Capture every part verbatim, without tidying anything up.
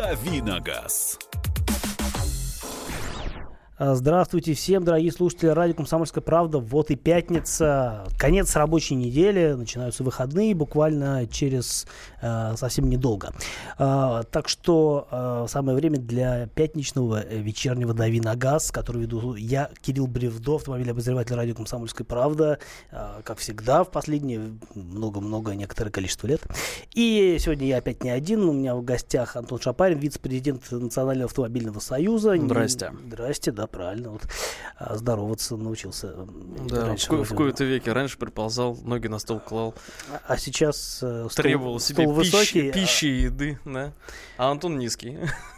Давиногаз. Здравствуйте всем, дорогие слушатели радио «Комсомольская правда». Вот и пятница, конец рабочей недели, начинаются выходные буквально через э, совсем недолго. Э, так что э, самое время для пятничного вечернего «Дави на газ», который веду я, Кирилл Бревдо, автомобильный обозреватель радио «Комсомольская правда», э, как всегда в последние много-много, некоторое количество лет. И сегодня я опять не один, у меня в гостях Антон Шапарин, вице-президент Национального автомобильного союза. Здрасте. Здрасте, да. Правильно, вот здороваться научился. Да, раньше, в, ко- в кои-то веке раньше приползал, ноги на стол клал. А, а сейчас э, стол, требовал себе стол пищи, высокий, пищи и еды, да. А Антон низкий.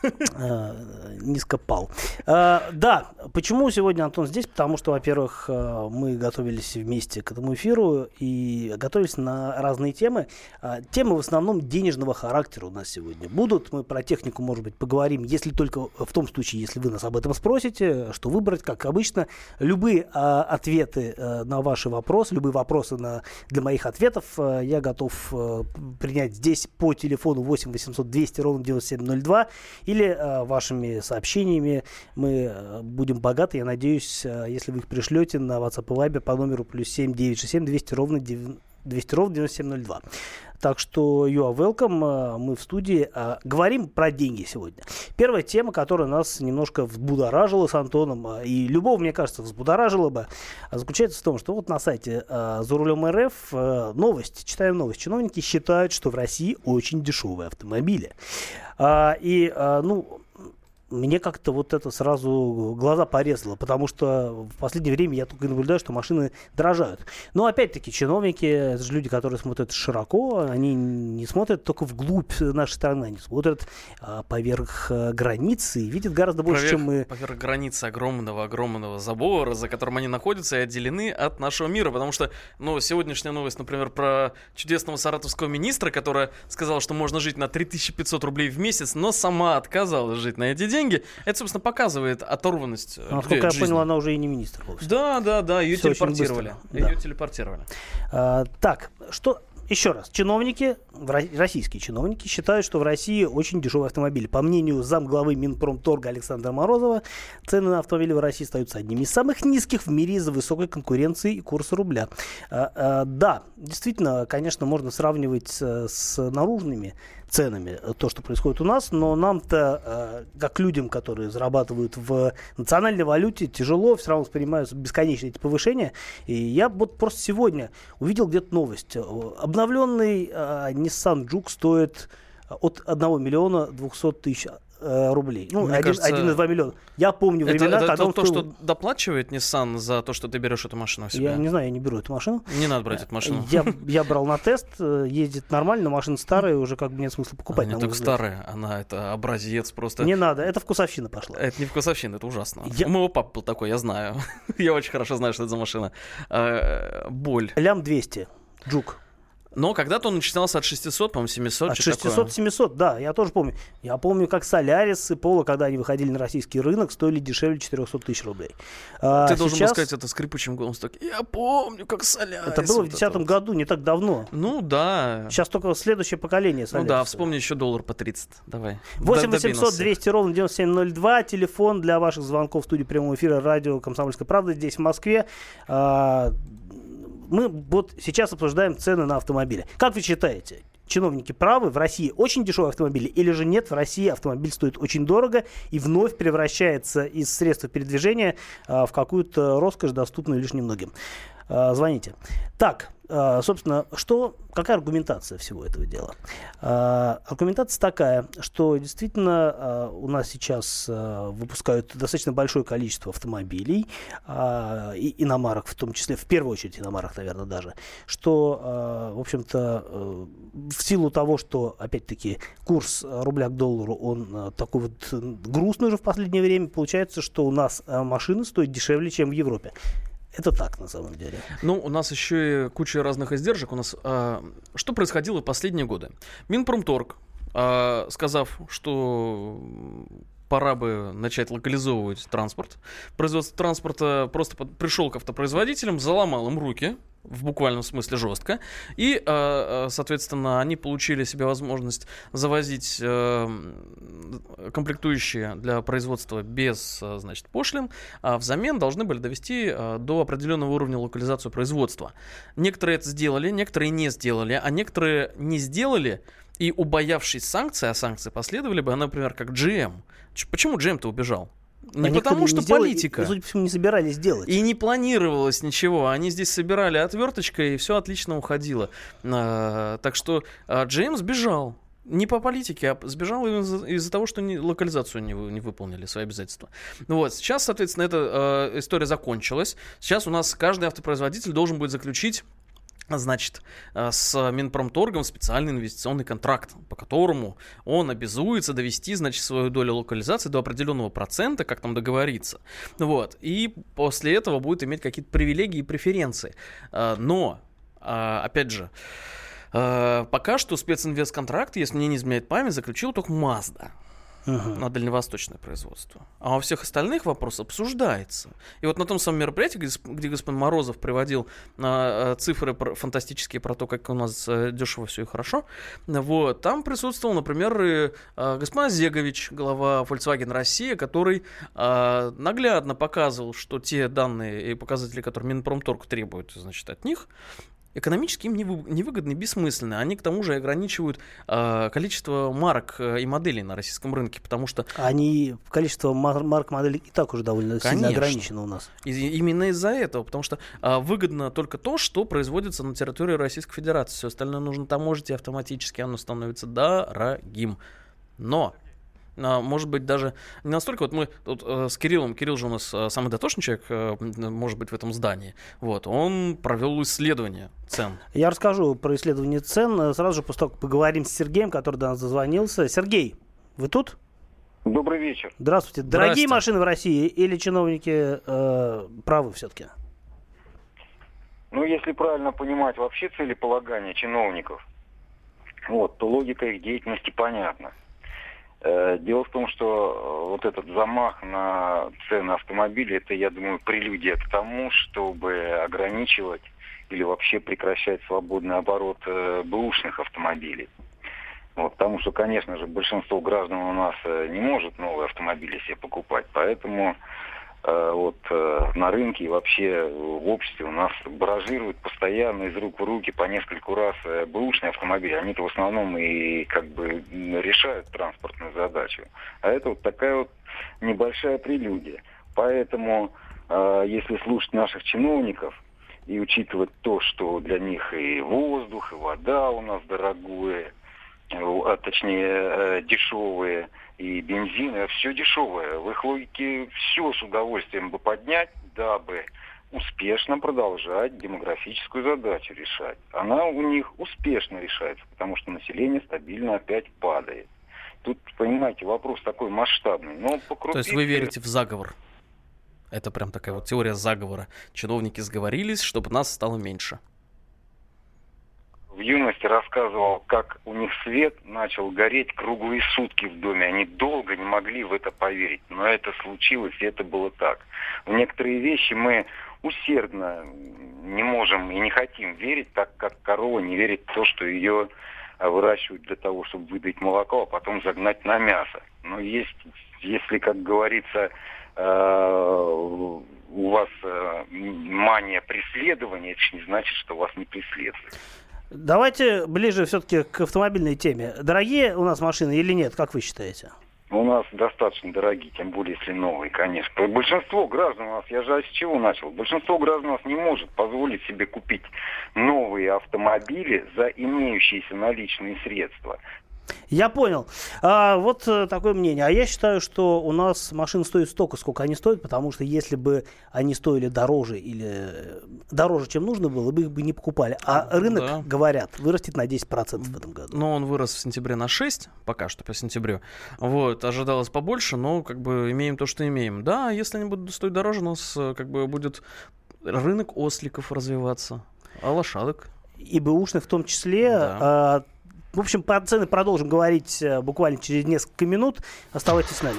А, низко пал. А, да, почему сегодня Антон здесь? Потому что, во-первых, мы готовились вместе к этому эфиру и готовились на разные темы. А, темы в основном денежного характера у нас сегодня будут. Мы про технику, может быть, поговорим, если только в том случае, если вы нас об этом спросите. Что выбрать, как обычно. Любые а, ответы а, на ваши вопросы, любые вопросы на, для моих ответов а, я готов а, принять здесь по телефону восемь восемьсот двести ровно девяносто семь ноль два или а, вашими сообщениями. Мы а, будем богаты, я надеюсь, а, если вы их пришлете на WhatsApp и Viber по номеру плюс семь девятьсот шестьдесят семь двести ровно девяносто семь ноль два. Так что you are welcome. Мы в студии а, говорим про деньги сегодня. Первая тема, которая нас немножко взбудоражила с Антоном, а, и любого, мне кажется, взбудоражила бы, а, заключается в том, что вот на сайте а, «За рулем РФ» а, новость, читаем новость. Чиновники считают, что в России очень дешевые автомобили. А, и, а, ну... Мне как-то вот это сразу глаза порезало, потому что в последнее время я только наблюдаю, что машины дорожают. Но опять-таки чиновники, это же люди, которые смотрят широко, они не смотрят только вглубь нашей страны, они смотрят а, поверх а, границы и видят гораздо больше, поверх, чем мы. Поверх границы огромного-огромного забора, за которым они находятся и отделены от нашего мира. Потому что, ну, сегодняшняя новость, например, про чудесного саратовского министра, которая сказала, что можно жить на три тысячи пятьсот рублей в месяц, но сама отказалась жить на эти деньги. Это, собственно, показывает оторванность. А насколько я жизни. понял, она уже и не министр вовсе. Да, да, да, ее Все телепортировали. Да. Ее телепортировали. А, так, что... Еще раз, чиновники, российские чиновники считают, что в России очень дешевые автомобили. По мнению замглавы Минпромторга Александра Морозова, цены на автомобили в России остаются одними из самых низких в мире из-за высокой конкуренции и курса рубля. А, а, да, действительно, конечно, можно сравнивать с, с наружными ценами то, что происходит у нас, но нам-то, а, как людям, которые зарабатывают в национальной валюте, тяжело, все равно воспринимаются бесконечные эти повышения. И я вот просто сегодня увидел где-то новость. Обновленный а, Nissan Juke стоит от одного миллиона двухсот тысяч рублей. Ну, один, кажется, один и два миллиона. Я помню времена, это, это когда то, он то, стоил... что доплачивает Nissan за то, что ты берешь эту машину себе? Я не знаю, я не беру эту машину. Не надо брать эту машину. Я, я брал на тест, ездит нормально, но машина старая, уже как бы нет смысла покупать. Она не только старая, она это образец просто. Не надо, это вкусовщина пошла. Это не вкусовщина, это ужасно. Я... У моего папы был такой, я знаю. Я очень хорошо знаю, что это за машина. А, боль. Лям двести, Juke. Но когда-то он начинался от шестисот, по-моему, семисот. От шестисот-семисот, да, я тоже помню. Я помню, как Солярис и Поло, когда они выходили на российский рынок, стоили дешевле четырехсот тысяч рублей. А Ты сейчас... должен был сказать это скрипучим голосом. Я помню, как Солярис. Это было вот в две тысячи десятом году, не так давно. Ну да. Сейчас только следующее поколение Солярис. Ну да, вспомни еще доллар по тридцать. Давай. восемь восемьсот двести ровно девяносто семь ноль два. Телефон для ваших звонков в студии прямого эфира радио «Комсомольская правда» здесь, в Москве. Мы вот сейчас обсуждаем цены на автомобили. Как вы считаете, чиновники правы, в России очень дешевые автомобили, или же нет, в России автомобиль стоит очень дорого и вновь превращается из средства передвижения а, в какую-то роскошь, доступную лишь немногим? А, звоните. Так, а, собственно, что, какая аргументация всего этого дела? А, аргументация такая, что действительно а, у нас сейчас а, выпускают достаточно большое количество автомобилей, а, и иномарок, в том числе, в первую очередь иномарок, наверное, даже, что, а, в общем-то, а, в силу того, что, опять-таки, курс рубля к доллару, он а, такой вот грустный уже в последнее время, получается, что у нас а, машины стоят дешевле, чем в Европе. Это так, на самом деле. Ну, у нас еще и куча разных издержек. У нас а, что происходило в последние годы? Минпромторг, а, сказав, что пора бы начать локализовывать транспорт, производство транспорта просто под, пришел к автопроизводителям, заломал им руки, в буквальном смысле жестко, и, соответственно, они получили себе возможность завозить комплектующие для производства без, значит, пошлин, а взамен должны были довести до определенного уровня локализацию производства. Некоторые это сделали, некоторые не сделали, а некоторые не сделали и, убоявшись санкций, а санкции последовали бы, например, как джи эм. Почему джи эм-то убежал? Не а потому, что не политика. И, судя по всему, не собирались делать. И не планировалось ничего. Они здесь собирали отверточкой, и все отлично уходило. А, так что а, джи эм сбежал. Не по политике, а сбежал из-за, из-за того, что не, локализацию не, не выполнили, свои обязательства. Вот. Сейчас, соответственно, эта э, история закончилась. Сейчас у нас каждый автопроизводитель должен будет заключить, значит, с Минпромторгом специальный инвестиционный контракт, по которому он обязуется довести, значит, свою долю локализации до определенного процента, как там договориться. Вот. И после этого будет иметь какие-то привилегии и преференции. Но, опять же, пока что специнвестконтракт, если мне не изменяет память, заключил только Mazda. Uh-huh. На дальневосточное производство. А во всех остальных вопрос обсуждается. И вот на том самом мероприятии, где, где господин Морозов приводил а, цифры про, фантастические про то, как у нас а, дешево все и хорошо, вот, там присутствовал, например, и, а, господин Зегович, глава Volkswagen Россия, который а, наглядно показывал, что те данные и показатели, которые Минпромторг требует, значит, от них, экономически им невыгодны и бессмысленны. Они, к тому же, ограничивают э, количество марок и моделей на российском рынке, потому что... Они, количество мар- марок и моделей и так уже довольно Конечно. сильно ограничено у нас. И, именно из-за этого, потому что э, выгодно только то, что производится на территории Российской Федерации. Все остальное нужно таможить, и автоматически оно становится дорогим. Но... Может быть, даже не настолько. Вот мы тут э, с Кириллом, Кирилл же у нас э, самый дотошный человек, э, может быть, в этом здании. Вот, он провел исследование цен. Я расскажу про исследование цен сразу же после того, как поговорим с Сергеем, который до нас дозвонился. Сергей, вы тут? Добрый вечер. Здравствуйте. Дорогие машины в России или чиновники э, правы все-таки? Ну, если правильно понимать вообще целеполагание чиновников, вот, то логика их деятельности понятна. Дело в том, что вот этот замах на цены автомобилей, это, я думаю, прелюдия к тому, чтобы ограничивать или вообще прекращать свободный оборот бэушных автомобилей. Вот, потому что, конечно же, большинство граждан у нас не может новые автомобили себе покупать, поэтому э, вот, э, на рынке и вообще в обществе у нас баражируют постоянно из рук в руки по нескольку раз бэушные автомобили. Они-то в основном и как бы решают транспортную задачу. А это вот такая вот небольшая прелюдия. Поэтому, э, если слушать наших чиновников и учитывать то, что для них и воздух, и вода у нас дорогое, а точнее дешевые, и бензин, все дешевое. В их логике все с удовольствием бы поднять, дабы успешно продолжать демографическую задачу решать. Она у них успешно решается, потому что население стабильно опять падает. Тут, понимаете, вопрос такой масштабный. Но по крупице... То есть вы верите в заговор? Это прям такая вот теория заговора. Чиновники сговорились, чтобы нас стало меньше. В юности рассказывал, как у них свет начал гореть круглые сутки в доме. Они долго не могли в это поверить. Но это случилось, и это было так. В некоторые вещи мы усердно не можем и не хотим верить, так как корова не верит в то, что ее выращивают для того, чтобы выдать молоко, а потом загнать на мясо. Но есть, если, как говорится, у вас мания преследования, это же не значит, что вас не преследуют. Давайте ближе все-таки к автомобильной теме. Дорогие у нас машины или нет, как вы считаете? У нас достаточно дорогие, тем более если новые, конечно. Большинство граждан у нас, я же с чего начал? Большинство граждан у нас не может позволить себе купить новые автомобили за имеющиеся наличные средства. Я понял. А, вот такое мнение. А я считаю, что у нас машины стоят столько, сколько они стоят, потому что если бы они стоили дороже или дороже, чем нужно было, бы их бы не покупали. А рынок, да, говорят, вырастет на десять процентов в этом году. Но он вырос в сентябре на шесть, пока что по сентябрю. Вот, ожидалось побольше, но как бы имеем то, что имеем. Да, если они будут стоить дороже, у нас как бы будет рынок осликов развиваться, а лошадок. И бэушных в том числе. Да. А, В общем, про цены продолжим говорить буквально через несколько минут. Оставайтесь с нами.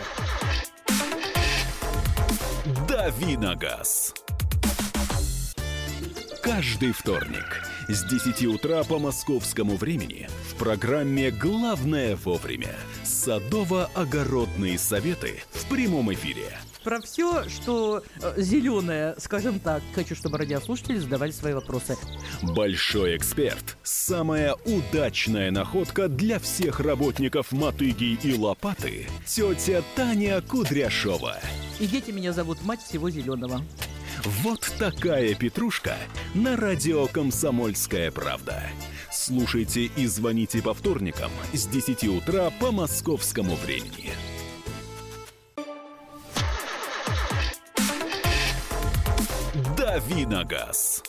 Давиногаз. каждый вторник с десяти утра по московскому времени в программе «Главное вовремя» садово-огородные советы в прямом эфире. Про все, что э, зеленое, скажем так. Хочу, чтобы радиослушатели задавали свои вопросы. Большой эксперт. Самая удачная находка для всех работников мотыги и лопаты. Тетя Таня Кудряшова. И дети меня зовут мать всего зеленого. Вот такая петрушка на радио «Комсомольская правда». Слушайте и звоните по вторникам с десяти утра по московскому времени. «Дави на газ».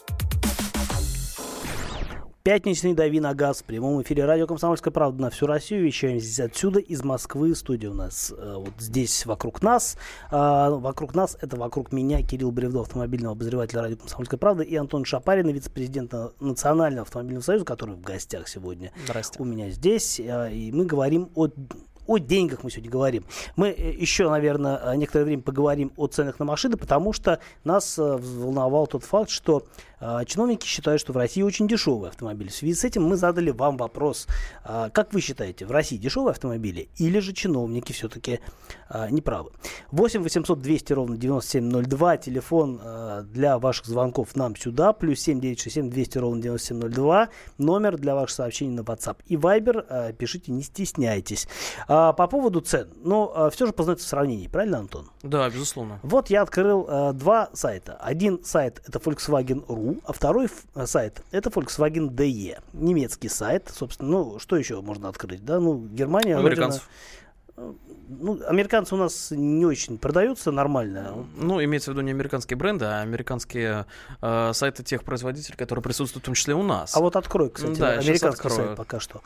Пятничный «Дави на газ» в прямом эфире радио «Комсомольская правда» на всю Россию. Вещаем здесь отсюда, из Москвы. Студия у нас э, вот здесь вокруг нас. Э, вокруг нас, это вокруг меня, Кирилл Бревдо, автомобильного обозревателя радио «Комсомольская правда», и Антон Шапарин, вице-президент Национального автомобильного союза, который в гостях сегодня Здрасте. У меня здесь. Э, и мы говорим о... О деньгах мы сегодня говорим. Мы еще, наверное, некоторое время поговорим о ценах на машины, потому что нас взволновал тот факт, что э, чиновники считают, что в России очень дешевые автомобили. В связи с этим мы задали вам вопрос. Э, как вы считаете, в России дешевые автомобили или же чиновники все-таки э, неправы? восемь восемьсот двести ровно девяносто семь ноль два. Телефон э, для ваших звонков нам сюда. Плюс семь девятьсот шестьдесят семь двести ровно девяносто семь ноль два. Номер для ваших сообщений на WhatsApp и Viber. Э, пишите, не стесняйтесь. По поводу цен, но все же познается в сравнении, правильно, Антон? Да, безусловно. Вот я открыл э, два сайта. Один сайт это Volkswagen точка ру, а второй ф- сайт это Volkswagen точка де. Немецкий сайт, собственно. Ну, что еще можно открыть? Да, ну, Германия. Американцев. Родина... Ну, американцы у нас не очень продаются нормально. Ну, имеется в виду не американские бренды, а американские э, сайты тех производителей, которые присутствуют в том числе у нас. А вот открой, кстати, да, американский сайт пока что.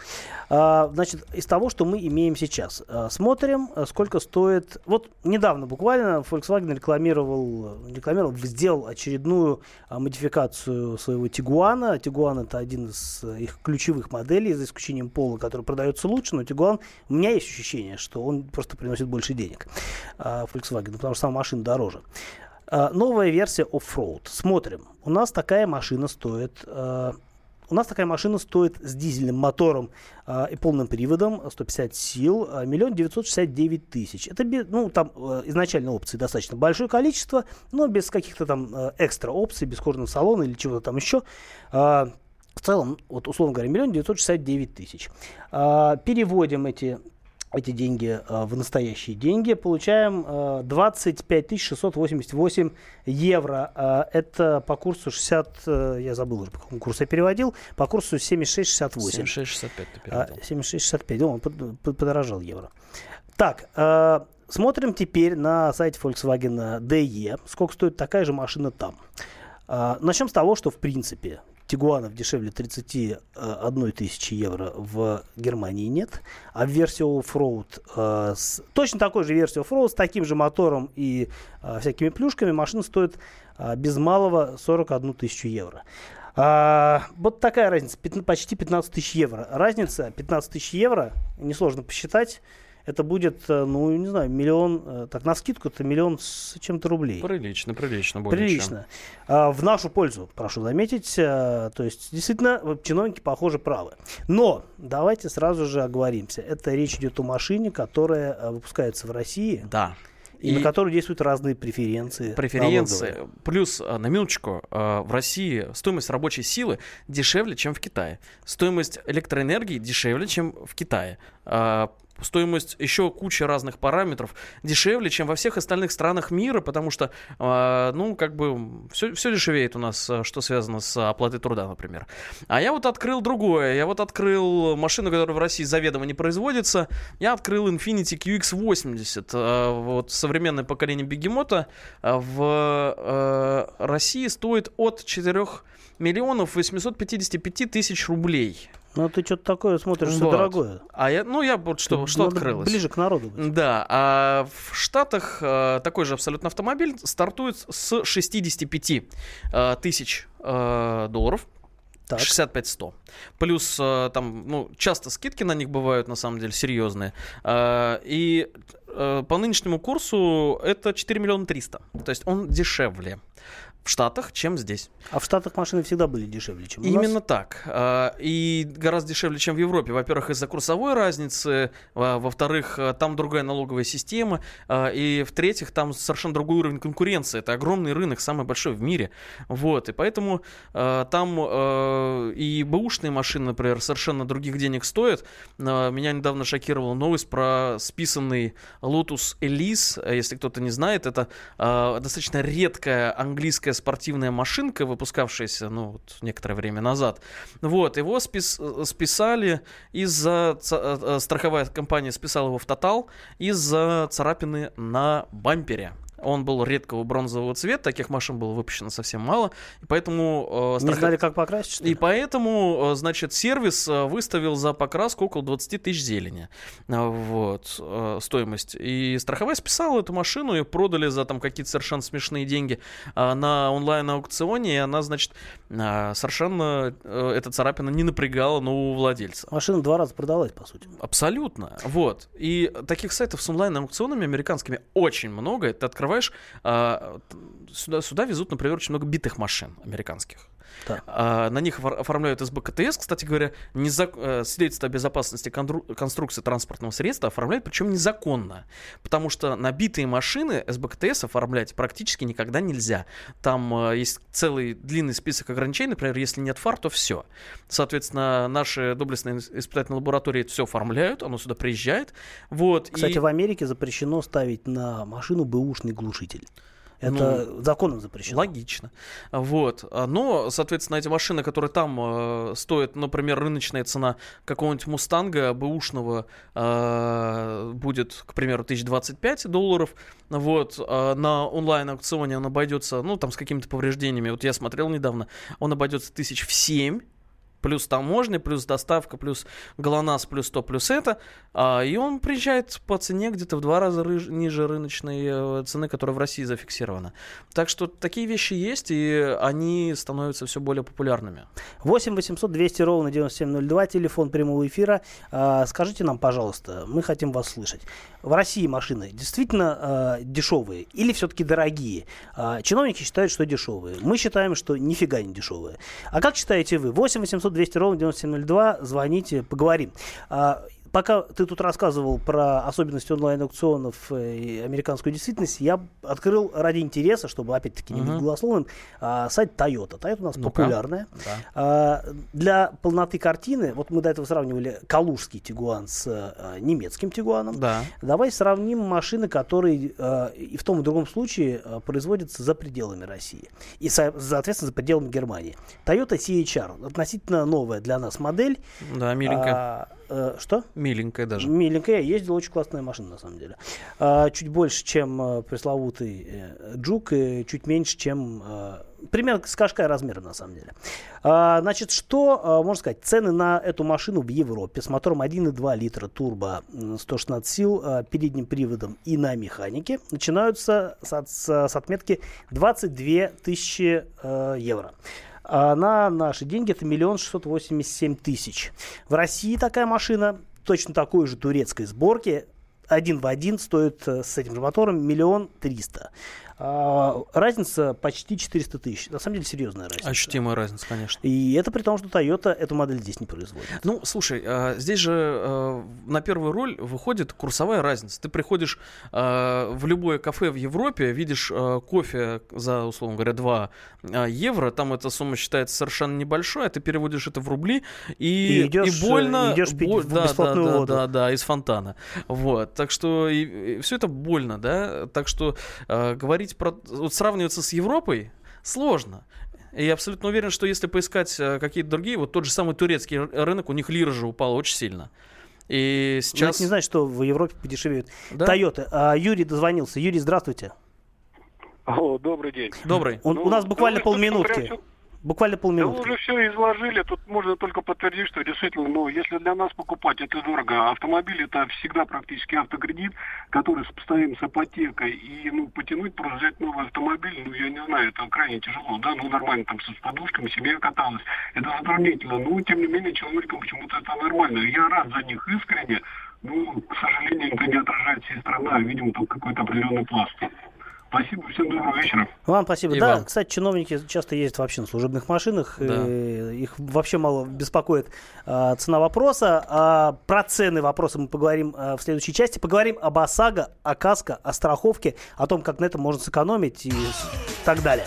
А, значит, из того, что мы имеем сейчас, а, смотрим, сколько стоит... Вот недавно буквально Volkswagen рекламировал, рекламировал сделал очередную а, модификацию своего Tiguan. Tiguan — это один из их ключевых моделей, за исключением Polo, который продается лучше, но Tiguan, у меня есть ощущение, что он просто приносит больше денег uh, Volkswagen, потому что сама машина дороже. Uh, новая версия Offroad. Смотрим. У нас такая машина стоит... Uh, у нас такая машина стоит с дизельным мотором uh, и полным приводом, сто пятьдесят сил, миллион девятьсот шестьдесят девять тысяч. Это, ну, там uh, изначально опций достаточно большое количество, но без каких-то там uh, экстра опций, без кожаного салона или чего-то там еще. Uh, в целом, вот условно говоря, миллион девятьсот шестьдесят девять тысяч. Uh, переводим эти... эти деньги э, в настоящие деньги, получаем э, двадцать пять тысяч шестьсот восемьдесят восемь евро. Э, это по курсу шестьдесят, э, я забыл уже, по какому курсу я переводил, по курсу семьдесят шесть шестьдесят восемь. семьдесят шесть шестьдесят пять ты переводил. Э, семьдесят шесть шестьдесят пять, он подорожал евро. Так, э, смотрим теперь на сайте Volkswagen точка де, сколько стоит такая же машина там. Э, начнем с того, что в принципе Тигуанов дешевле тридцать одна тысяча евро в Германии нет, а в версии Offroad, э, с, точно такой же версии Offroad, с таким же мотором и э, всякими плюшками, машина стоит э, без малого сорок одну тысячу евро. А, вот такая разница, пятна, почти пятнадцать тысяч евро. Разница пятнадцать тысяч евро, несложно посчитать. Это будет, ну, не знаю, миллион, так, на скидку это миллион с чем-то рублей. Прилично, прилично. Более прилично. А, в нашу пользу, прошу заметить. А, то есть, действительно, чиновники, похоже, правы. Но давайте сразу же оговоримся. Это речь идет о машине, которая а, выпускается в России. Да. И, и на которую действуют разные преференции. Преференции. Налоговые. Плюс, на минуточку, в России стоимость рабочей силы дешевле, чем в Китае. Стоимость электроэнергии дешевле, чем в Китае. Стоимость еще кучи разных параметров дешевле, чем во всех остальных странах мира, потому что, э, ну, как бы, все, все дешевеет у нас, что связано с оплатой труда, например. А я вот открыл другое. Я вот открыл машину, которая в России заведомо не производится. Я открыл Infiniti кью икс восемьдесят. Э, вот современное поколение бегемота в э, России стоит от четырёх миллионов восемьсот пятьдесят пять тысяч рублей. Ну, ты что-то такое смотришь, что вот. Дорогое. А я, ну, я вот что, что открылось. Ближе к народу быть. Да, а в Штатах а, такой же абсолютно автомобиль стартует с шестьдесят пять а, тысяч а, долларов. Так. шестьдесят пять сто. Плюс а, там, ну, часто скидки на них бывают, на самом деле, серьезные. А, и а, по нынешнему курсу это четыре миллиона триста. То есть он дешевле. в Штатах, чем здесь. А в Штатах машины всегда были дешевле, чем у нас? Именно так. И гораздо дешевле, чем в Европе. Во-первых, из-за курсовой разницы. Во-вторых, там другая налоговая система. И в-третьих, там совершенно другой уровень конкуренции. Это огромный рынок, самый большой в мире. Вот. И поэтому там и бэушные машины, например, совершенно других денег стоят. Меня недавно шокировала новость про списанный Lotus Elise. Если кто-то не знает, это достаточно редкая английская спортивная машинка, выпускавшаяся, ну, вот, некоторое время назад. Вот, его спис, списали из-за... Ц, страховая компания списала его в Total из-за царапины на бампере. Он был редкого бронзового цвета, таких машин было выпущено совсем мало, и поэтому... Э, страх... Не знали, как покрасить, что ли? И поэтому, значит, сервис выставил за покраску около двадцать тысяч зелени. Вот, э, стоимость. И страховая списала эту машину, ее продали за там какие-то совершенно смешные деньги э, на онлайн-аукционе, и она, значит, э, совершенно э, эта царапина не напрягала нового владельца. Машина два раза продалась, по сути. Абсолютно. Вот. И таких сайтов с онлайн-аукционами американскими очень много. Это открывается. А, сюда, сюда везут, например, очень много битых машин американских. Да. А, на них оформляют эс бэ ка тэ эс, кстати говоря, незак... свидетельство о безопасности кондру... конструкции транспортного средства оформляют, причем незаконно. Потому что на битые машины эс бэ ка тэ эс оформлять практически никогда нельзя. Там а, есть целый длинный список ограничений, например, если нет фар, то все. Соответственно, наши доблестные испытательные лаборатории это все оформляют, оно сюда приезжает. Вот, кстати, и... в Америке запрещено ставить на машину бэушный глушитель. Это ну, законом запрещено. Логично. Вот. Но, соответственно, эти машины, которые там э, стоят, например, рыночная цена какого-нибудь Мустанга бэушного э, будет, к примеру, тысяча двадцать пять долларов. Вот. А на онлайн-аукционе он обойдется, ну, там, с какими-то повреждениями. Вот я смотрел недавно, он обойдется тысяч в семь. Плюс таможня, плюс доставка, плюс ГЛОНАСС, плюс то, плюс это. А, и он приезжает по цене где-то в два раза рыж, ниже рыночной э, цены, которая в России зафиксирована. Так что такие вещи есть, и они становятся все более популярными. восемь восемьсот двести ровно девяносто семь ноль два, телефон прямого эфира. А, скажите нам, пожалуйста, мы хотим вас слышать. В России машины действительно а, дешевые или все-таки дорогие? А, чиновники считают, что дешевые. Мы считаем, что нифига не дешевые. А как считаете вы? восемь восемьсот двести ровно девяносто семь ноль два, звоните, поговорим. А, пока ты тут рассказывал про особенности онлайн-аукционов и американскую действительность, я открыл ради интереса, чтобы опять-таки не быть uh-huh. голословным, а, сайт Toyota. Toyota у нас ну-ка. популярная. Да. А, для полноты картины, вот мы до этого сравнивали калужский Тигуан с а, немецким Тигуаном. Да. Давай сравним машины, которые а, и в том и в другом случае а, производятся за пределами России. И, соответственно, за пределами Германии. Toyota си эйч ар. Относительно новая для нас модель. Да, миленькая. А, а, что? Миленькая даже. Миленькая. Я ездил, очень классная машина, на самом деле. А, чуть больше, чем а, пресловутый э, Джук, и чуть меньше, чем... А, примерно с Кашкай размером, на самом деле. А, значит, что а, можно сказать? Цены на эту машину в Европе с мотором один и два литра турбо, сто шестнадцать сил, а, передним приводом и на механике начинаются с, от, с, с отметки двадцать две тысячи а, евро. А на наши деньги это миллион шестьсот восемьдесят семь тысяч. В России такая машина точно такой же турецкой сборки один в один стоит с этим же мотором миллион триста. А, разница почти четыреста тысяч. На самом деле серьезная разница. Ощутимая разница, конечно. И это при том, что Toyota эту модель здесь не производит. Ну, слушай, здесь же на первую роль выходит курсовая разница. Ты приходишь в любое кафе в Европе, видишь кофе за, условно говоря, два евро, там эта сумма считается совершенно небольшой, а ты переводишь это в рубли и, и, идешь, и больно... идешь пить бо- в да, бесплатную да, воду. Да, да, да, из фонтана. Вот. Так что и, и все это больно, да? Так что говорить про... Вот сравниваться с Европой сложно. И я абсолютно уверен, что если поискать какие-то другие, вот тот же самый турецкий рынок, у них лира же упала очень сильно. И сейчас... Но это не значит, что в Европе подешевеют да? Toyota. А, Юрий дозвонился. Юрий, здравствуйте. О, добрый день. Добрый. Он, ну, у нас буквально ну, полминутки. Все... Буквально полминутки. Да вы уже все изложили, тут можно только подтвердить, что действительно, ну, если для нас покупать это дорого, автомобиль это всегда практически автокредит, который постоим с ипотекой, и, ну, потянуть, просто взять новый автомобиль, ну, я не знаю, это крайне тяжело, да, ну, нормально, там, с подушками семья каталась, это затруднительно, но, тем не менее, человекам почему-то это нормально, я рад за них искренне, ну, к сожалению, это не отражает всей страны, а, видимо, только какой-то определенный пласт. Спасибо, всем доброго вечера. Вам спасибо. И да, вам. кстати, чиновники часто ездят вообще на служебных машинах. Да. И их вообще мало беспокоит а, цена вопроса. А, про цены вопроса мы поговорим а, в следующей части. Поговорим об ОСАГО, о КАСКО, о страховке, о том, как на этом можно сэкономить и так далее.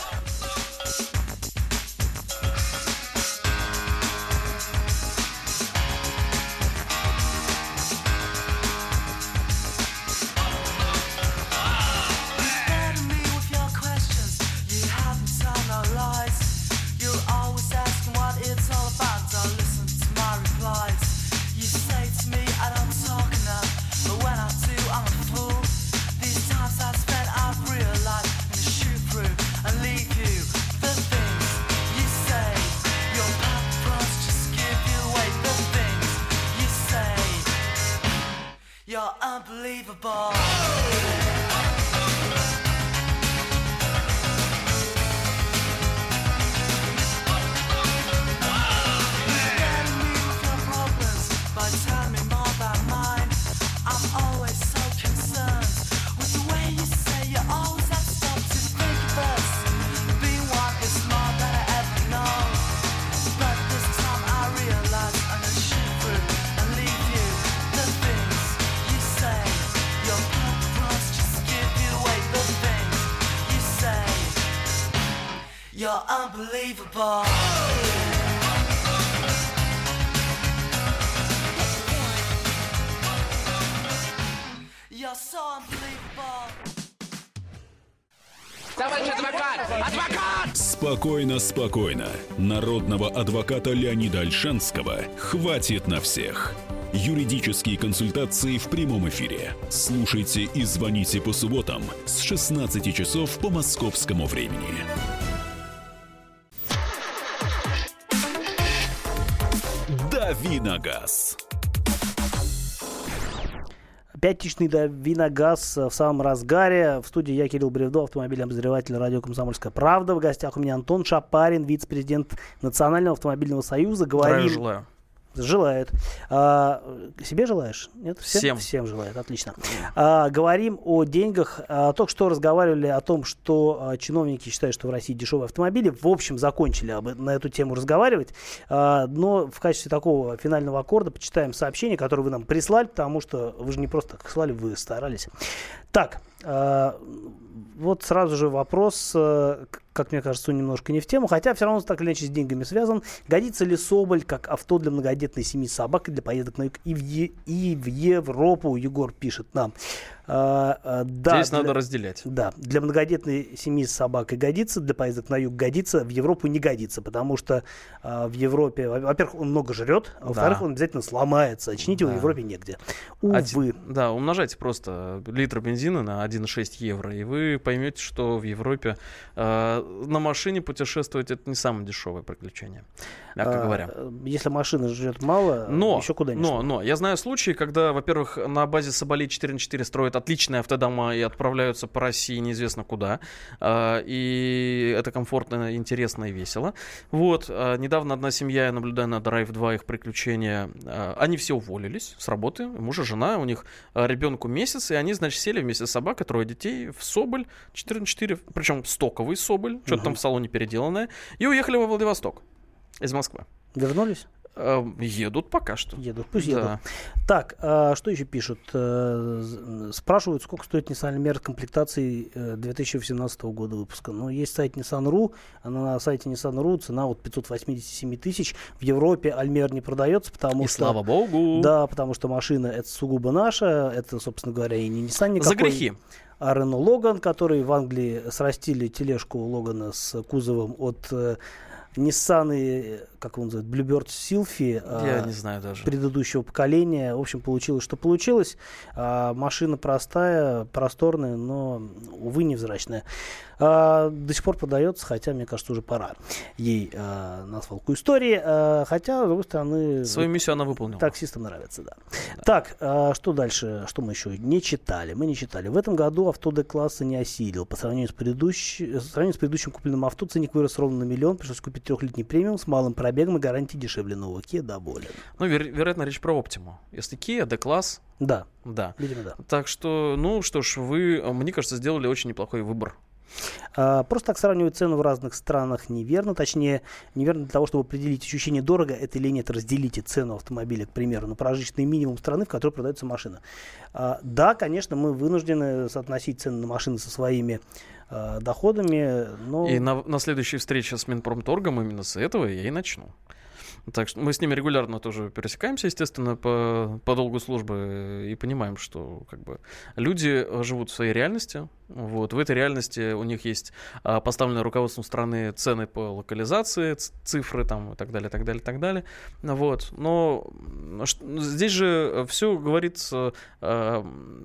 You're unbelievable. You're unbelievable. You're so unbelievable. Товарищ адвокат! Адвокат! Спокойно, спокойно. Народного адвоката Леонида Ольшанского хватит на всех. Юридические консультации в прямом эфире. Слушайте и звоните по субботам с шестнадцати часов по московскому времени. Дави на газ. Пятничный Дави на газ в самом разгаре. В студии я, Кирилл Бревдо, автомобильный обозреватель радио «Комсомольская правда». В гостях у меня Антон Шапарин, вице-президент Национального автомобильного союза. Говорим... Здравия желаю. Желает. А, себе желаешь? Нет? Всем. Всем желает, отлично. А, говорим о деньгах. А, только что разговаривали о том, что а, чиновники считают, что в России дешевые автомобили. В общем, закончили об, на эту тему разговаривать. А, но в качестве такого финального аккорда почитаем сообщение, которое вы нам прислали, потому что вы же не просто так слали, вы старались. Так, а, вот сразу же вопрос, как мне кажется, немножко не в тему, хотя все равно так или иначе с деньгами связан. Годится ли Соболь как авто для многодетной семьи с собакой для поездок на юг и в, Е- и в Европу? Егор пишет нам. А, а, да, Здесь для, надо разделять. Да, для многодетной семьи с собакой годится, для поездок на юг годится, в Европу не годится, потому что а, в Европе, во-первых, он много жрет, а во-вторых, Да. он обязательно сломается, а чинить его Да. в Европе негде. Увы. Один- да, умножайте просто литр бензина на один и шесть евро, и вы поймете, что в Европе э, на машине путешествовать это не самое дешевое приключение, мягко А, говоря. Если машина жрет мало, Но, еще куда ни но, шло. но, я знаю случаи, когда, во-первых, на базе Соболей четыре на четыре строят отличные автодома и отправляются по России неизвестно куда. А, и это комфортно, интересно и весело. Вот, а, недавно одна семья, я наблюдаю на Драйв два их приключения, а, они все уволились с работы, муж и жена, у них а, ребенку месяц, и они, значит, сели вместе с собакой, трое детей, в Соболь четыре на четыре, причем стоковый Соболь, что-то Мгм. там в салоне переделанное, и уехали во Владивосток из Москвы. Вернулись? А, едут пока что. Едут, пусть Да. едут. Так, а, что еще пишут? Э, з- Спрашивают, сколько стоит Nissan Almera комплектации э, две тысячи восемнадцатого года выпуска. Ну, есть сайт Nissan точка ру, а на сайте Nissan точка ру цена вот пятьсот восемьдесят семь тысяч. В Европе Almera не продается, потому И что... слава богу. Да, потому что машина это сугубо наша, это, собственно говоря, и не Nissan никакой. За грехи. А Renault Logan, который в Англии срастили тележку Логана с кузовом от э, Nissan, и, как он называет, Bluebird Sylphy. Я а, не знаю даже. предыдущего поколения. В общем, получилось, что получилось. А, машина простая, просторная, но, увы, невзрачная. А, до сих пор продается, хотя, мне кажется, уже пора ей а, на свалку истории. А, хотя, с другой стороны, Свою миссию она выполнила. таксистам нравится, да. Так, а, что дальше? Что мы еще не читали? Мы не читали. В этом году авто Д-класса не осилил. По сравнению с, предыдущ... по сравнению с предыдущим купленным авто, ценник вырос ровно на миллион. Пришлось купить трехлетний премиум с малым пробегом и гарантией дешевле нового. Kia доволен. Ну, веро- вероятно, речь про Optima. Если Kia, D-класс. Да. Да. Видимо, да. Так что, ну что ж, вы, мне кажется, сделали очень неплохой выбор. А, просто так сравнивать цену в разных странах неверно. Точнее, неверно для того, чтобы определить ощущение дорого это или нет. Разделите цену автомобиля, к примеру, на прожиточный минимум страны, в которой продается машина. А, да, конечно, мы вынуждены соотносить цены на машины со своими а, доходами. Но... И на, на следующей встрече с Минпромторгом именно с этого я и начну. Так что мы с ними регулярно тоже пересекаемся, естественно, по, по долгу службы и понимаем, что как бы люди живут в своей реальности. Вот. В этой реальности у них есть а, поставленные руководством страны цены по локализации, ц- цифры там, и так далее, так далее, так далее. Вот. Но ш- здесь же все говорится... А,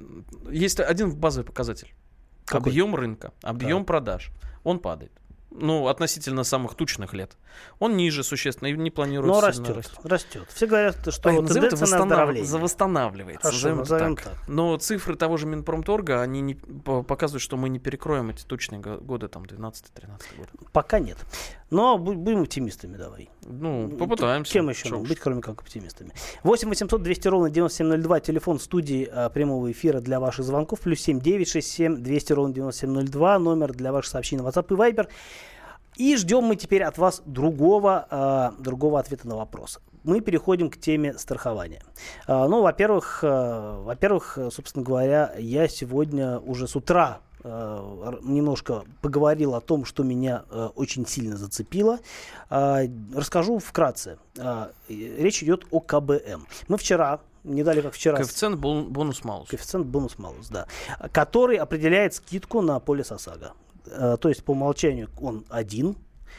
есть один базовый показатель. Какой? Объем рынка, объем Да. продаж. Он падает. Ну, относительно самых тучных лет. Он ниже существенно и не планируется. Но растет, расти. растет. Все говорят, что Ой, назовем это тенденция на восстанов- оздоровление. восстанавливается. Хорошо, назовем это назовем так. так. Но цифры того же Минпромторга, они не, по- показывают, что мы не перекроем эти тучные го- годы, там, двенадцатый-тринадцатый год. Пока нет. Но бу- будем оптимистами давай. Ну, попытаемся. Кем еще Чё нам уж. быть, кроме как оптимистами? восемь восемьсот двести ровно девяносто семь ноль два. Телефон студии а, прямого эфира для ваших звонков. Плюс семь девять шесть семь двести ровно девяносто семь ноль два. Номер для ваших сообщений на WhatsApp и Viber. И ждем мы теперь от вас другого, а, другого ответа на вопрос. Мы переходим к теме страхования. А, ну, во-первых, а, во-первых, собственно говоря, я сегодня уже с утра а, немножко поговорил о том, что меня а, очень сильно зацепило. А, расскажу вкратце. А, речь идет о ка бэ эм. Мы вчера... Не дали, как вчера. Коэффициент бон- бонус-малус. Коэффициент бонус-малус, да. Который определяет скидку на полис ОСАГО. Э, То есть по умолчанию он один.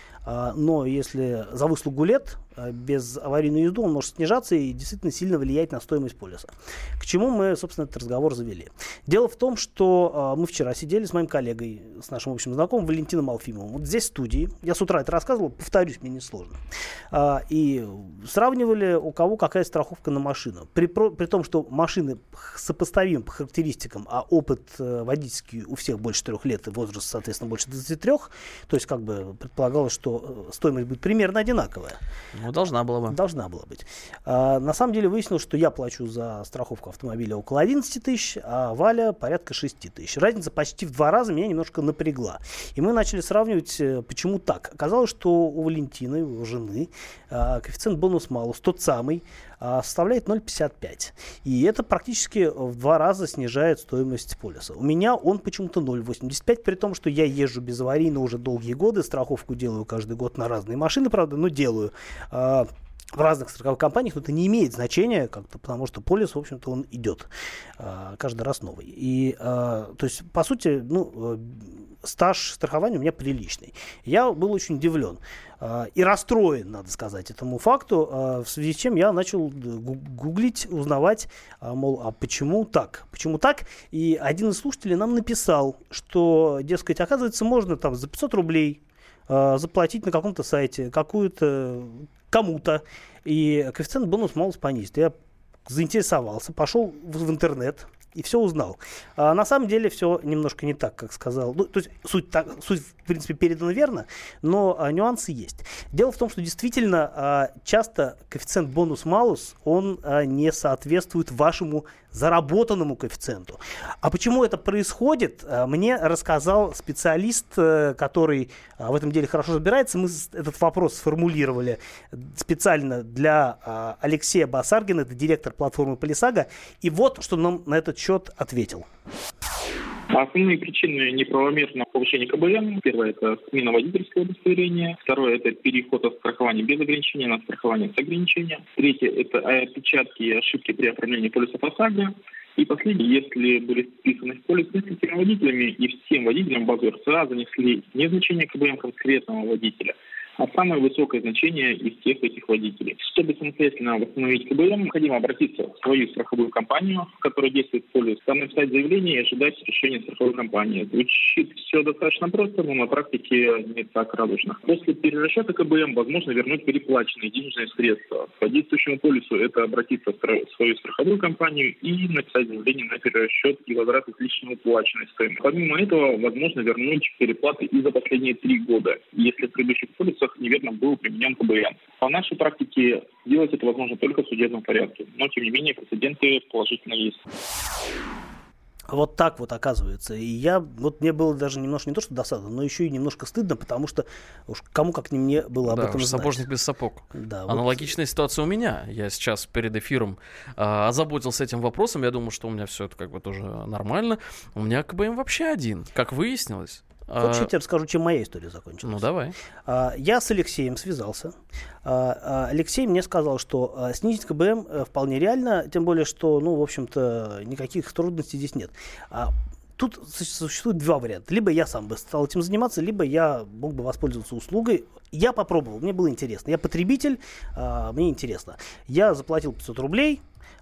А, Но если за выслугу лет а, без аварийной езды он может снижаться и действительно сильно влиять на стоимость полиса. К чему мы, собственно, этот разговор завели? Дело в том, что а, мы вчера сидели с моим коллегой, с нашим общим знакомым Валентином Алфимовым. Вот здесь в студии, я с утра это рассказывал, повторюсь, мне несложно. А, И сравнивали, у кого какая страховка на машину. При, про- при том, что машины сопоставимы по характеристикам, а опыт э, водительский у всех больше трех лет и возраст, соответственно, больше двадцати трёх, то есть как бы предполагалось, что э, стоимость будет примерно одинаковая. Ну, должна была бы. Должна была быть. А, на самом деле выяснилось, что я плачу за страховку автомобиля около одиннадцати тысяч, а Валя порядка шести тысяч. Разница почти в два раза меня немножко напрягла. И мы начали сравнивать, э, почему так. Оказалось, что у Валентины, у жены, а, коэффициент бонус-малус, тот самый, а, составляет ноль целых пятьдесят пять. И это практически в два раза снижает стоимость полиса. У меня он почему-то ноль целых восемьдесят пять, при том, что я езжу безаварийно уже долгие годы, страховку делаю каждый год на разные машины, правда, но делаю. А, в разных страховых компаниях, но это не имеет значения, как-то, потому что полис, в общем-то, он идет а, каждый раз новый. И, а, то есть, по сути, ну, стаж страхования у меня приличный. Я был очень удивлен а, и расстроен, надо сказать, этому факту, а, в связи с чем я начал гуглить, узнавать, а, мол, а почему так? Почему так? И один из слушателей нам написал, что, дескать, оказывается, можно там за пятьсот рублей а, заплатить на каком-то сайте какую-то кому-то, и коэффициент бонус-малус понизит. Я заинтересовался, пошел в, в интернет и все узнал. А на самом деле все немножко не так, как сказал. Ну, то есть суть, так, суть, в принципе, передана верно, но а, нюансы есть. Дело в том, что действительно а, часто коэффициент бонус-малус, он а, не соответствует вашему заработанному коэффициенту. А почему это происходит, а, мне рассказал специалист, а, который а, в этом деле хорошо разбирается. Мы этот вопрос сформулировали специально для а, Алексея Басаргина, это директор платформы Полисага. И вот, что нам на этот счет ответил. Основные причины неправомерного повышения ка бэ эм. Первое – это смена водительского удостоверения. Второе – это переход от страхования без ограничения на страхование с ограничением. Третье – это опечатки и ошибки при оформлении полиса ОСАГО. И последнее, если были вписаны в полис несколькими водителями, и всем водителям базы эр цэ а занесли не значение ка бэ эм конкретного водителя, а самое высокое значение из всех этих водителей. Чтобы самостоятельно восстановить ка бэ эм, необходимо обратиться в свою страховую компанию, в которой действует полис, там написать заявление и ожидать решения страховой компании. Звучит все достаточно просто, но на практике не так радужно. После перерасчета ка бэ эм возможно вернуть переплаченные денежные средства. По действующему полису это обратиться в свою страховую компанию и написать заявление на перерасчет и возврат излишне уплаченной стоимости. Помимо этого, возможно вернуть переплаты и за последние три года. Если в предыдущих полисах работах неверно был применен КБМ. По нашей практике делать это возможно только в судебном порядке, но тем не менее прецеденты положительно есть. Вот так вот оказывается. И я, вот мне было даже немножко не то, что досадно, но еще и немножко стыдно, потому что уж кому как не мне было об да, этом уж знать. Сапожник без сапог. Да, Аналогичная вот ситуация у меня. Я сейчас перед эфиром а, озаботился этим вопросом. Я думал, что у меня все это как бы тоже нормально. У меня КБМ вообще один, как выяснилось. Хочешь, я тебе расскажу, чем моя история закончилась? Ну, давай. Я с Алексеем связался. Алексей мне сказал, что снизить КБМ вполне реально, тем более, что, ну, в общем-то, никаких трудностей здесь нет. Тут существует два варианта. Либо я сам бы стал этим заниматься, либо я мог бы воспользоваться услугой. Я попробовал, мне было интересно. Я потребитель, мне интересно. Я заплатил пятьсот рублей.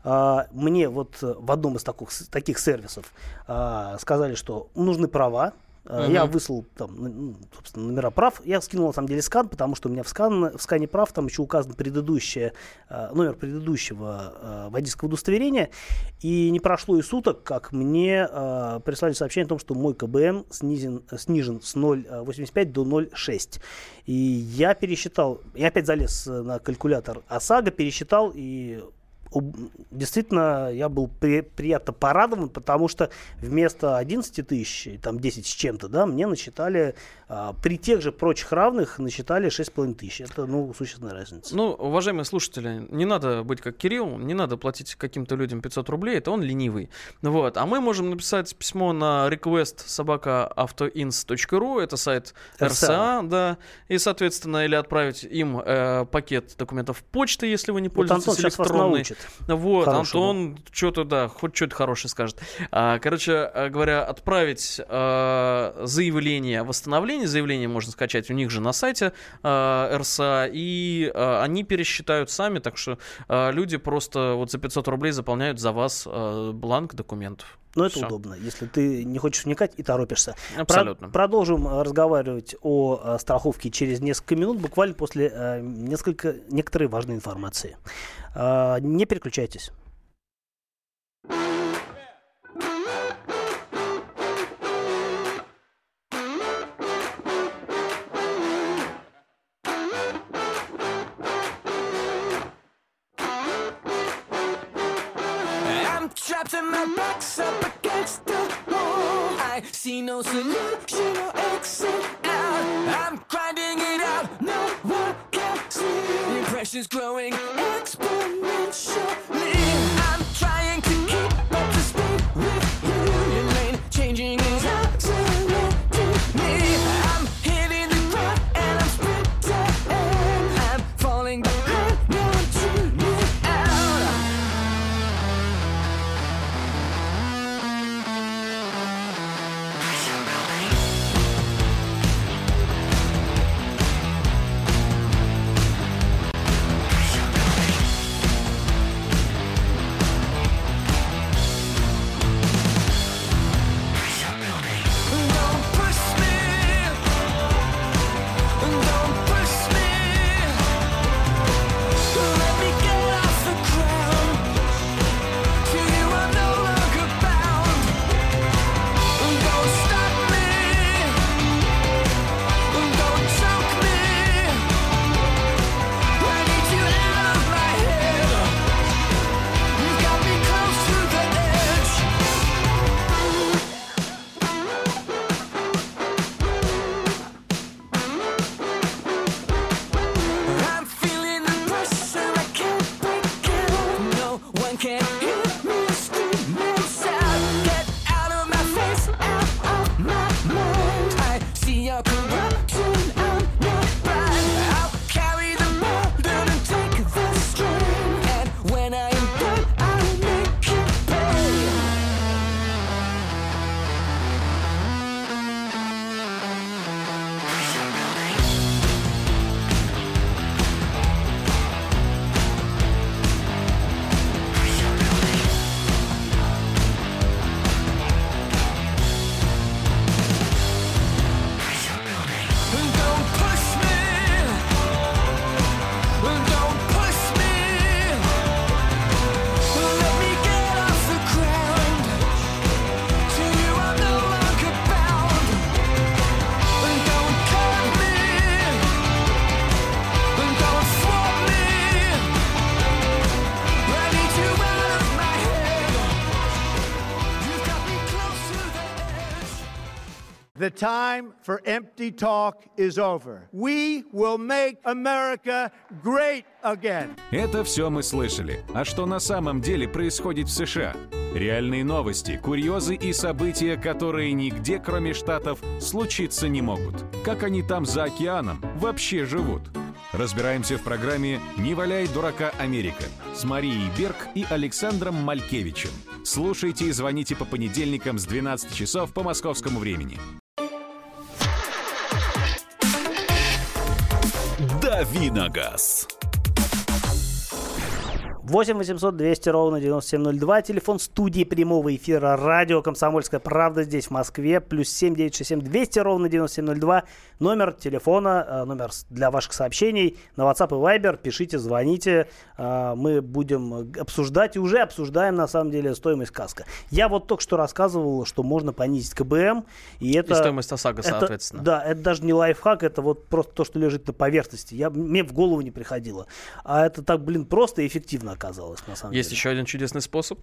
Мне вот в одном из таких, таких сервисов сказали, что нужны права. Uh-huh. Я выслал там, ну, собственно, номера прав. Я скинул, на самом деле, скан, потому что у меня в, скан, в скане прав там еще указан предыдущее, э, номер предыдущего э, водительского удостоверения. И не прошло и суток, как мне э, прислали сообщение о том, что мой КБМ снизен, снижен с ноль целых восемьдесят пять до ноль целых шесть. И я пересчитал, я опять залез на калькулятор ОСАГО, пересчитал, и действительно, я был при, приятно порадован, потому что вместо одиннадцати тысяч, там десять с чем-то, да, мне насчитали, а, при тех же прочих равных, насчитали шесть с половиной тысяч. Это, ну, существенная разница. Ну, уважаемые слушатели, не надо быть как Кирилл, не надо платить каким-то людям пятьсот рублей, это он ленивый. Вот. А мы можем написать письмо на request собака автоинс точка ру, это сайт эр эс а, да, и, соответственно, или отправить им э, пакет документов почты, если вы не пользуетесь вот электронной. Вот, Хорошего. Антон что-то, да, хоть что-то хорошее скажет. А, короче говоря, отправить а, заявление о восстановлении, заявление можно скачать у них же на сайте а, эр эс а, и а, они пересчитают сами, так что а, люди просто вот за пятьсот рублей заполняют за вас а, бланк документов. Но это Всё. удобно, если ты не хочешь вникать и торопишься. Абсолютно. Про- продолжим разговаривать о, о страховке через несколько минут, буквально после э, несколько, некоторой важной информации. Э, не переключайтесь. Trapped in my box up against the wall. I see no solution or exit out. I'm grinding it out, no one can see. The pressure's growing exponentially. I'm trying to keep up to speed with you. Your lane changing is accelerating me. I'm hitting the ground and I'm sprinting. I'm falling behind, now I'm tuning out. The time for empty talk is over. We will make America great again. Это все мы слышали. А что на самом деле происходит в США? Реальные новости, курьезы и события, которые нигде, кроме Штатов, случиться не могут. Как они там за океаном вообще живут? Разбираемся в программе «Не валяй дурака, Америка» с Марией Берг и Александром Малькевичем. Слушайте и звоните по понедельникам с двенадцати часов по московскому времени. «Дави на газ». восемь восемьсот двести ровно девяносто семь ноль два. Телефон студии прямого эфира радио «Комсомольская правда» здесь, в Москве. Плюс семь девятьсот шестьдесят семь двести ровно девяносто семь ноль два. Номер телефона, номер для ваших сообщений на WhatsApp и Viber. Пишите, звоните. Мы будем обсуждать и уже обсуждаем, на самом деле, стоимость КАСКО. Я вот только что рассказывал, что можно понизить КБМ. И, это, и стоимость ОСАГО, это, соответственно. Да, это даже не лайфхак, это вот просто то, что лежит на поверхности. Я, мне в голову не приходило. А это так, блин, просто и эффективно оказалось, на самом Есть деле. еще один чудесный способ.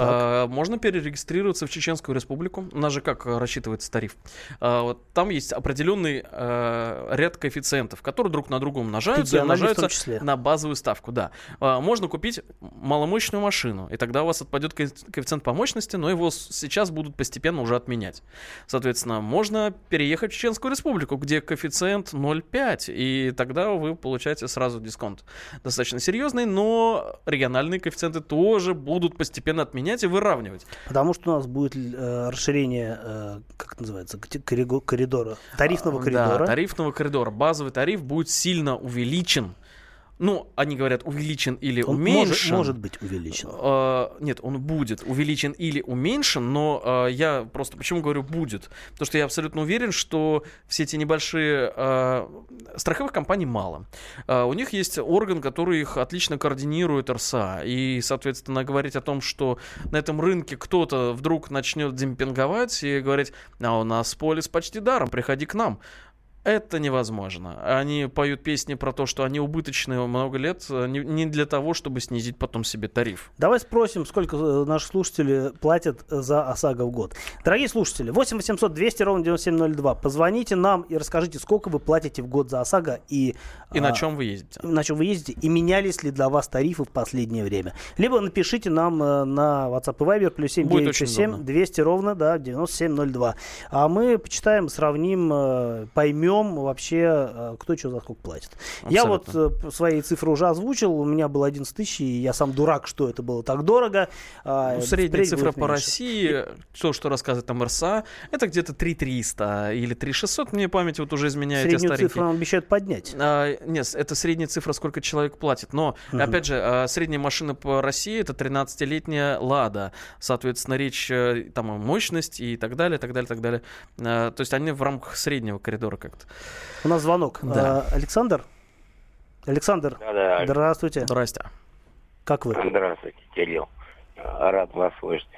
А, можно перерегистрироваться в Чеченскую Республику. У нас же как рассчитывается тариф? А, вот, там есть определенный а, ряд коэффициентов, которые друг на друга умножаются и умножаются на базовую ставку. Да. А, можно купить маломощную машину, и тогда у вас отпадет коэффициент по мощности, но его сейчас будут постепенно уже отменять. Соответственно, можно переехать в Чеченскую Республику, где коэффициент ноль целых пять десятых, и тогда вы получаете сразу дисконт достаточно серьезный, но региональные коэффициенты тоже будут постепенно отменять и выравнивать. Потому что у нас будет э, расширение, э, как это называется, коридора, тарифного коридора. Да, тарифного коридора. Базовый тариф будет сильно увеличен. Ну, они говорят, увеличен или он уменьшен. Может, может быть увеличен. Э, нет, он будет увеличен или уменьшен, но э, я просто почему говорю будет? Потому что я абсолютно уверен, что все эти небольшие э, страховых компаний мало. Э, у них есть орган, который их отлично координирует, эр эс а. И, соответственно, говорить о том, что на этом рынке кто-то вдруг начнет демпинговать и говорить, а у нас полис почти даром, приходи к нам. Это невозможно. Они поют песни про то, что они убыточные много лет, не, не для того, чтобы снизить потом себе тариф. Давай спросим, сколько наши слушатели платят за ОСАГО в год. Дорогие слушатели, восемь восемьсот двести ровно девяносто семь ноль два. Позвоните нам и расскажите, сколько вы платите в год за ОСАГО и, и а, на чем вы ездите. На чем вы ездите и менялись ли для вас тарифы в последнее время. Либо напишите нам на WhatsApp и Viber плюс семь девятьсот шестьдесят семь двести ровно да, девяносто семь ноль два. А мы почитаем, сравним, поймем вообще, кто что за сколько платит. Абсолютно. Я вот э, свои цифры уже озвучил. У меня было одиннадцать тысяч, и я сам дурак, что это было так дорого. Ну, средняя цифра по России, то, что рассказывает там эр эс а, это где-то три триста или три шестьсот. Мне память вот уже изменяет. Среднюю цифру нам обещают поднять. А, нет, это средняя цифра, сколько человек платит. Но, угу. опять же, а, средняя машина по России — это тринадцатилетняя «Лада». Соответственно, речь там о мощности и так далее, так далее, так далее. А, то есть они в рамках среднего коридора как-то. У нас звонок. Да. А, Александр? Александр, да, да. Здравствуйте. Здрасте. Как вы? Здравствуйте, Кирилл. Рад вас слышать.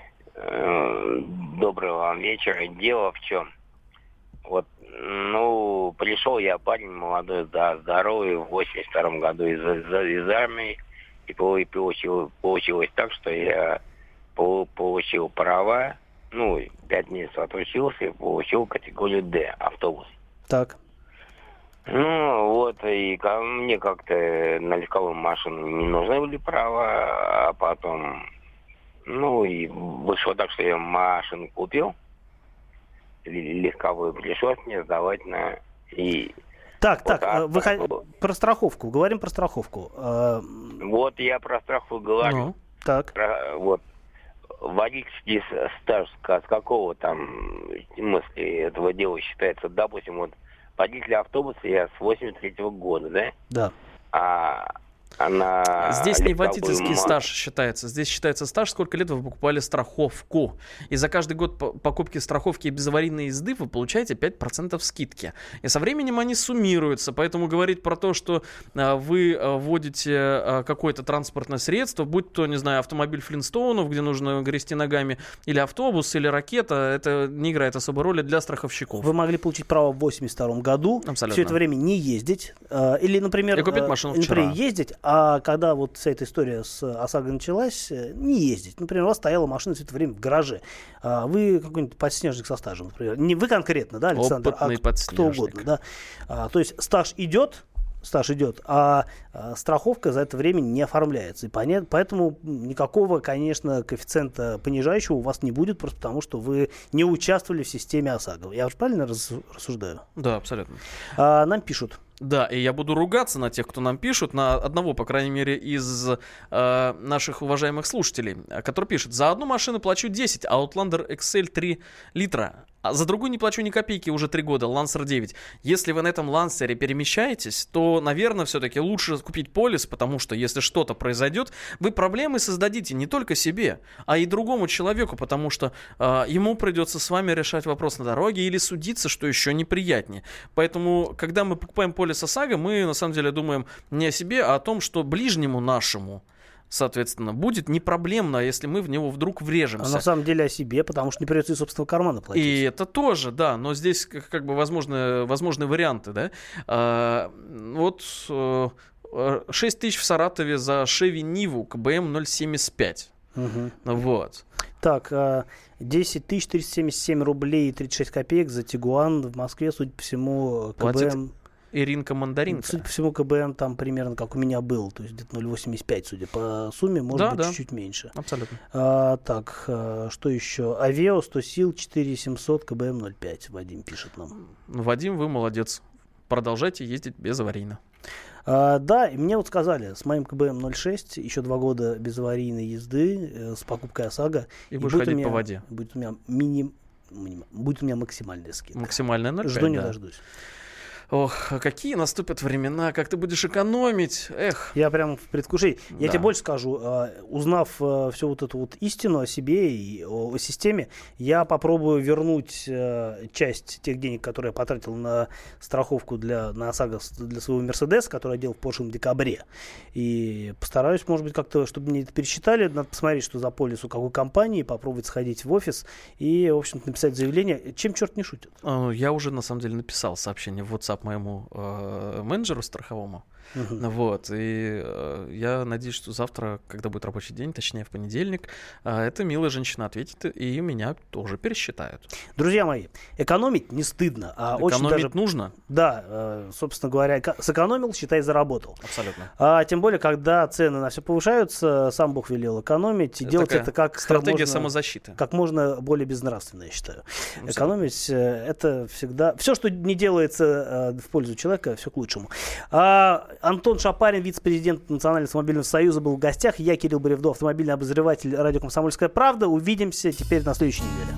Доброго вам вечера. Дело в чем? Вот, ну, пришел я парень молодой, да, здоровый, в восемьдесят втором году из, из, из армии. И получил, получилось так, что я получил права, ну, пять месяцев отучился и получил категорию «Д» автобус. Так. Ну, вот, и ко мне как-то на легковую машину не нужны были права, а потом, ну, и вышло так, что я машину купил, легковую, пришлось мне сдавать на... И так, вот, так, а, вы х... про страховку, говорим про страховку. Вот я про страховку говорю. Ну, так. Про, вот, водительский стаж с какого там смысле этого дела считается, допустим, вот, водитель автобуса я с восемьдесят третьего года, да? Да. А, она здесь не водительский стаж считается. Здесь считается стаж, сколько лет вы покупали страховку. И за каждый год покупки страховки и безаварийной езды вы получаете пять процентов скидки. И со временем они суммируются. Поэтому говорить про то, что а, вы а, водите а, какое-то транспортное средство, будь то, не знаю, автомобиль Флинстоунов, где нужно грести ногами, или автобус, или ракета, это не играет особой роли для страховщиков. Вы могли получить право в восемьдесят втором году, абсолютно. Все это время не ездить. Э, или, например, и купить машину э, вчера. Например, ездить, А когда вот вся эта история с ОСАГО началась, не ездить. Например, у вас стояла машина все это время в гараже. А вы какой-нибудь подснежник со стажем, например. Не вы конкретно, да, Александр, опытный а кто угодно. Да. А, то есть стаж идет, стаж идет, а, а страховка за это время не оформляется. И понятно, поэтому никакого, конечно, коэффициента понижающего у вас не будет, просто потому что вы не участвовали в системе ОСАГО. Я уж правильно рассуждаю? Да, абсолютно. А, нам пишут. Да, и я буду ругаться на тех, кто нам пишут, на одного, по крайней мере, из э, наших уважаемых слушателей, который пишет: за одну машину плачу десять, Outlander икс эль три литра, а за другую не плачу ни копейки уже три года, Lancer девять. Если вы на этом Лансере перемещаетесь, то, наверное, все-таки лучше купить полис, потому что если что-то произойдет, вы проблемы создадите не только себе, а и другому человеку, потому что э, ему придется с вами решать вопрос на дороге или судиться, что еще неприятнее. Поэтому, когда мы покупаем полис ОСАГО, мы на самом деле думаем не о себе, а о том, что ближнему нашему, соответственно, будет не проблемно, если мы в него вдруг врежемся. А на самом деле о себе, потому что не придется из собственного кармана платить. И это тоже, да, но здесь как, как бы возможны, возможны варианты, да. А, вот а, шесть тысяч в Саратове за Chevy Nivu КБМ ноль семьдесят пять. Угу. Вот. Так, десять тысяч триста семьдесят семь рублей и тридцать шесть копеек за Тигуан в Москве, судя по всему, КБМ... Платит Иринка-мандаринка. Судя по всему, КБМ там примерно как у меня был, то есть где-то ноль восемьдесят пять, судя по сумме, может да, быть, да. чуть-чуть меньше. Абсолютно. А, так, а, что еще? Авео сто сил четыре тысячи семьсот КБМ ноль пять, Вадим пишет нам. Вадим, вы молодец. Продолжайте ездить безаварийно. А, да, и мне вот сказали, с моим КБМ ноль шесть еще два года безаварийной езды э, с покупкой ОСАГО. И, и будешь ходить меня, по воде. Будет у меня мини, миним, будет у меня максимальная скидка. Максимальная ноль пять, Жду не да. дождусь. Ох, какие наступят времена, как ты будешь экономить, эх. Я прям в предвкушении. Я Да. тебе больше скажу, узнав всю вот эту вот истину о себе и о, о системе, я попробую вернуть часть тех денег, которые я потратил на страховку для, на ОСАГО для своего Мерседеса, который я делал в прошлом декабре. И постараюсь, может быть, как-то, чтобы мне это пересчитали, надо посмотреть, что за полис у какой компании, попробовать сходить в офис и, в общем-то, написать заявление. Чем черт не шутит? Я уже, на самом деле, написал сообщение в WhatsApp моему э, менеджеру страховому. Uh-huh. Вот, и э, я надеюсь, что завтра, когда будет рабочий день, точнее в понедельник, э, эта милая женщина ответит, и меня тоже пересчитают. Друзья мои, экономить не стыдно, а экономить очень даже... нужно. Да, э, собственно говоря, сэкономил, считай, заработал. Абсолютно. А тем более, когда цены на все повышаются, сам Бог велел экономить, и это делать это как стратегия можно, самозащиты. Как можно более безнравственно, я считаю. Абсолютно. Экономить э, это всегда... Все, что не делается э, в пользу человека, все к лучшему. А, Антон Шапарин, вице-президент Национального автомобильного союза, был в гостях. Я, Кирилл Бревдо, автомобильный обозреватель радио «Комсомольская правда». Увидимся теперь на следующей неделе.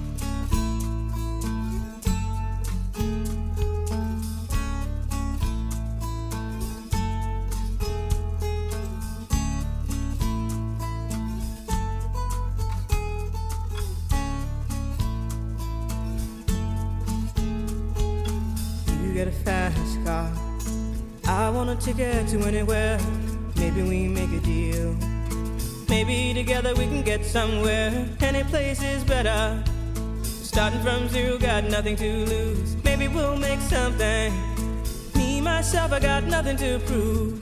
You get a fast car. I want a ticket to anywhere. Maybe we make a deal. Maybe together we can get somewhere. Any place is better. Starting from zero, got nothing to lose. Maybe we'll make something. Me, myself, I got nothing to prove.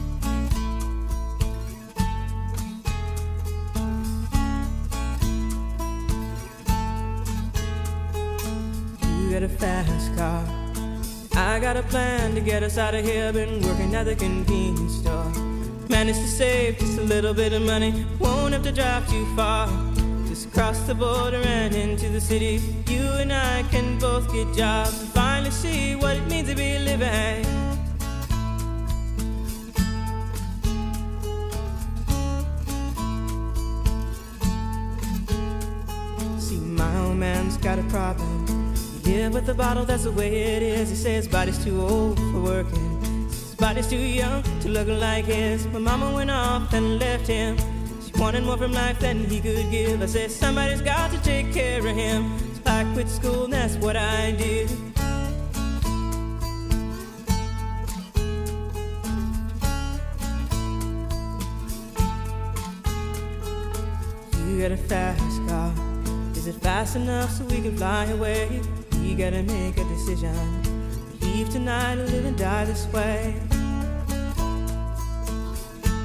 You get a fast car. I got a plan to get us out of here. Been working at the convenience store. Managed to save just a little bit of money. Won't have to drive too far. Just cross the border and into the city. You and I can both get jobs and finally see what it means to be living. See, my old man's got a problem. Yeah, with the bottle, that's the way it is. He says his body's too old for working. His body's too young to look like his. My mama went off and left him. She wanted more from life than he could give. I said, somebody's got to take care of him. So I quit school and that's what I did. You got a fast car. Is it fast enough so we can fly away? We gotta make a decision. Leave tonight or live and die this way.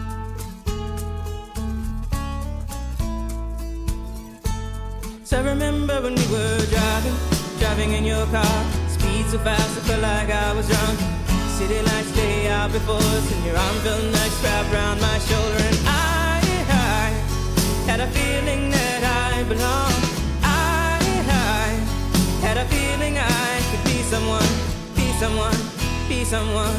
So I remember when we were driving, driving in your car, speed so fast I felt like I was drunk. City lights lay out before us, and your arm felt nice wrapped around my shoulder, and I, I had a feeling that I belonged. I, I had a feeling I could be someone, be someone, be someone.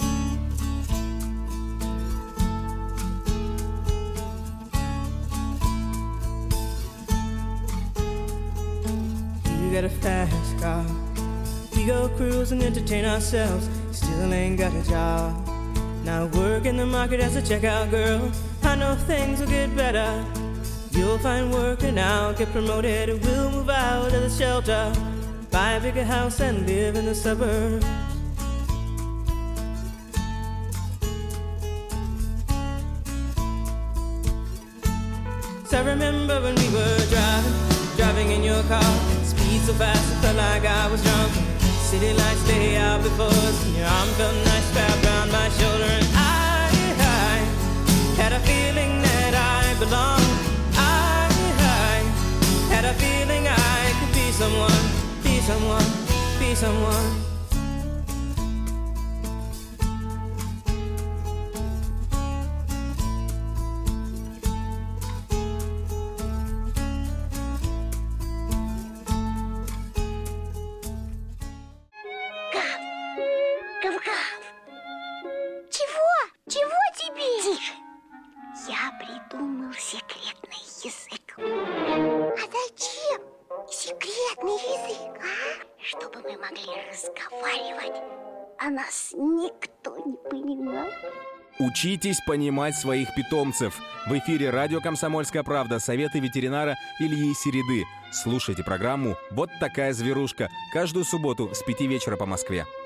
You got a fast car, we go cruise and entertain ourselves. Still ain't got a job. Now work in the market as a checkout girl. I know things will get better. You'll find work and I'll get promoted. We'll move out of the shelter, buy a bigger house and live in the suburbs. So I remember when we were driving, driving in your car, speed so fast I felt like I was drunk. City lights lay out before us, and your arm felt nice wrapped around my shoulder, and I, I had a feeling that I belonged. I, I had a feeling I could be someone, be someone, be someone. А нас никто не понимал. Учитесь понимать своих питомцев. В эфире радио «Комсомольская правда». Советы ветеринара Ильи Середы. Слушайте программу «Вот такая зверушка» каждую субботу с пяти вечера по Москве.